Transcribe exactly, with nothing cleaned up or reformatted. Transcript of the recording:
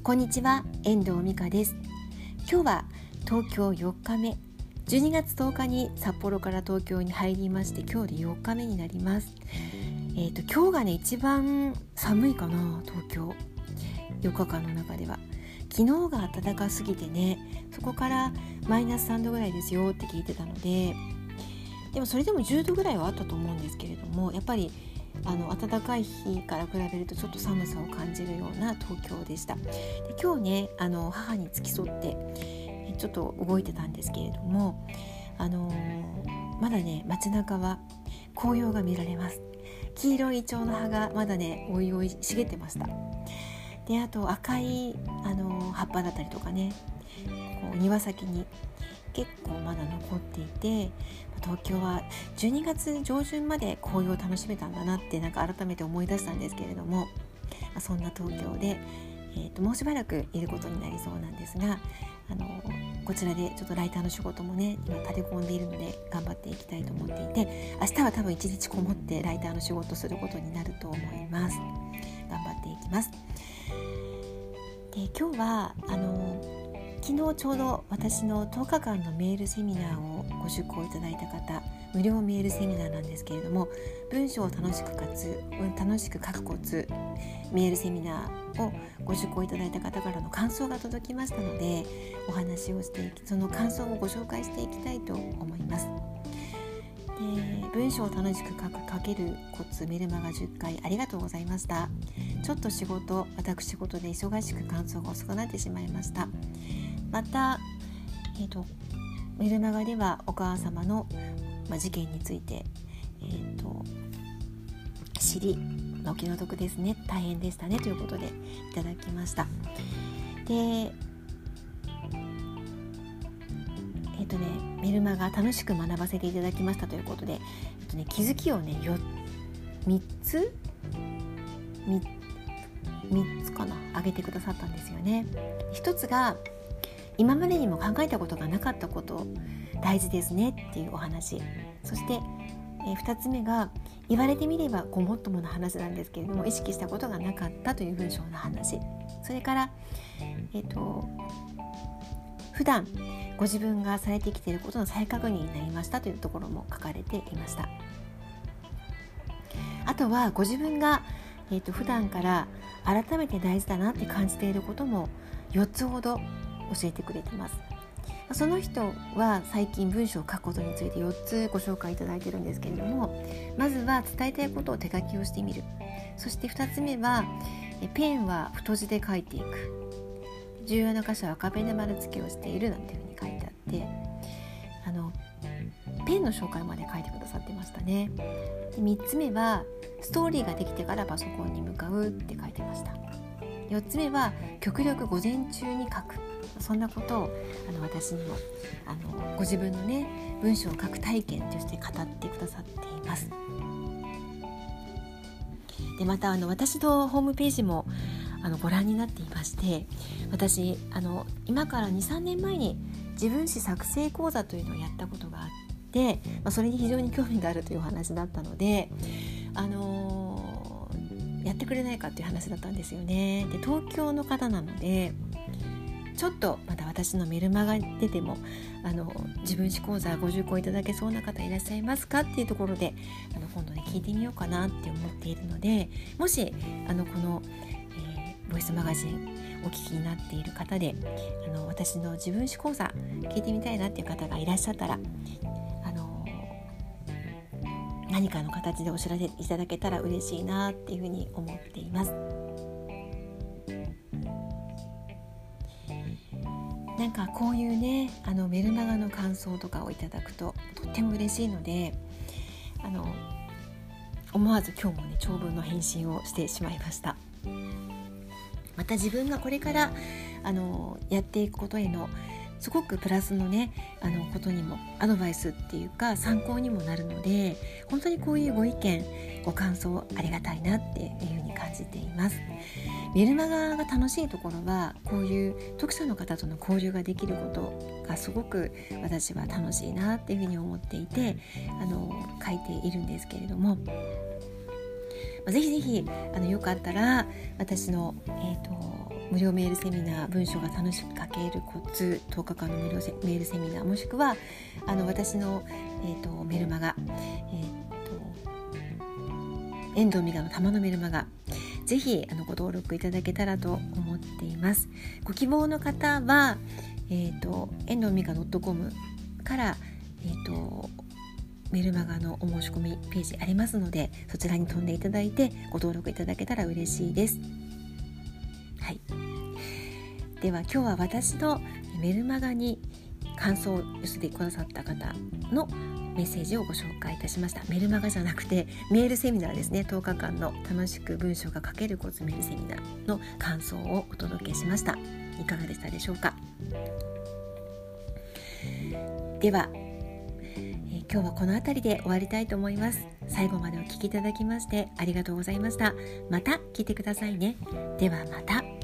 こんにちは、遠藤美香です。今日は東京よっかめ、じゅうにがつとおかに札幌から東京に入りまして、今日でよっかめになります。えーと、今日がね一番寒いかな、東京よっかかんの中では。昨日が暖かすぎてね、そこからマイナスさんどぐらいですよって聞いてたので、でもそれでもじゅうどぐらいはあったと思うんですけれども、やっぱりあの暖かい日から比べるとちょっと寒さを感じるような東京でした。で今日ねあの母に付き添ってちょっと動いてたんですけれども、あのー、まだね街中は紅葉が見られます。黄色いイチョウの葉がまだねおいおい茂ってました。であと赤い、あのー、葉っぱだったりとかね、こう庭先に結構まだ残っていて、東京はじゅうにがつじょうじゅんまで紅葉を楽しめたんだなってなんか改めて思い出したんですけれども、そんな東京で、えーと、もうしばらくいることになりそうなんですが、あのこちらでちょっとライターの仕事もね今立て込んでいるので頑張っていきたいと思っていて、明日は多分一日こもってライターの仕事することになると思います。頑張っていきます。で今日はあの昨日ちょうど私のとおかかんのメールセミナーをご受講いただいた方、無料メールセミナーなんですけれども、文章を楽しくかつ楽しく書くコツメールセミナーをご受講いただいた方からの感想が届きましたので、お話をしていき、その感想をご紹介していきたいと思います。で文章を楽しく書く書けるコツメルマガじゅっかいありがとうございました。ちょっと仕事私事で忙しく感想が遅くなってしまいました。また、えーと、メルマガではお母様の、まあ、事件について、えーと、知り、まあ、お気の毒ですね、大変でしたねということでいただきました。で、えーとね、メルマガ楽しく学ばせていただきましたということで、えーとね、気づきをねみっつ 3, 3つかな挙げてくださったんですよね。ひとつが今までにも考えたことがなかったこと大事ですねっていうお話。そして、えー、ふたつめが言われてみればごもっともな話なんですけれども、意識したことがなかったという文章の話。それから、えーと、普段ご自分がされてきていることの再確認になりましたというところも書かれていました。あとはご自分が、えーと、普段から改めて大事だなって感じていることもよっつほど教えてくれてます。その人は最近文章を書くことについてよっつご紹介いただいているんですけれども、まずは伝えたいことを手書きをしてみる。そしてふたつめはペンは太字で書いていく、重要な箇所は赤ペンで丸付けをしているなんていうふうに書いてあって、あのペンの紹介まで書いてくださってましたね。でみっつめはストーリーができてからパソコンに向かうって書いてました。よっつめは極力午前中に書く。そんなことをあの私にもあのご自分のね文章を書く体験として語ってくださっています。でまたあの私のホームページもあのご覧になっていまして、私あの今から にさんねんまえに自分史作成講座というのをやったことがあって、まあ、それに非常に興味があるというお話だったので、あのー、やってくれないかという話だったんですよね。で東京の方なので、ちょっとまだ私のメルマガに出てもあの自分史講座ご受講いただけそうな方いらっしゃいますかっていうところで、あの今度ね聞いてみようかなって思っているので、もしあのこの、えー、ボイスマガジンお聞きになっている方で、あの私の自分史講座聞いてみたいなっていう方がいらっしゃったら、あの何かの形でお知らせいただけたら嬉しいなっていうふうに思っています。なんかこういうねあのメルマガの感想とかをいただくととっても嬉しいので、あの思わず今日もね長文の返信をしてしまいました。また自分がこれからあのやっていくことへのすごくプラスのねあのことにもアドバイスっていうか参考にもなるので、本当にこういうご意見ご感想ありがたいなっていうふうに感じています。メルマガが楽しいところは、こういう読者の方との交流ができることがすごく私は楽しいなっていうふうに思っていて、あの書いているんですけれども、ぜひぜひあのよかったら私の、えーと無料メールセミナー、文章が楽しく書けるコツとおかかんの無料セメールセミナー、もしくはあの私の、えー、とメルマガ、えー、と遠藤美香の玉のメルマガ、ぜひあのご登録いただけたらと思っています。ご希望の方は、えー、と遠藤美香 .com から、えー、とメルマガのお申し込みページありますので、そちらに飛んでいただいてご登録いただけたら嬉しいです。はい、では今日は私のメルマガに感想を寄せてくださった方のメッセージをご紹介いたしました。メルマガじゃなくてメールセミナーですね。とおかかんの楽しく文章が書けるコツメールセミナーの感想をお届けしました。いかがでしたでしょうか。では、えー、今日はこの辺りで終わりたいと思います。最後までお聞きいただきましてありがとうございました。また聞いてくださいね。ではまた。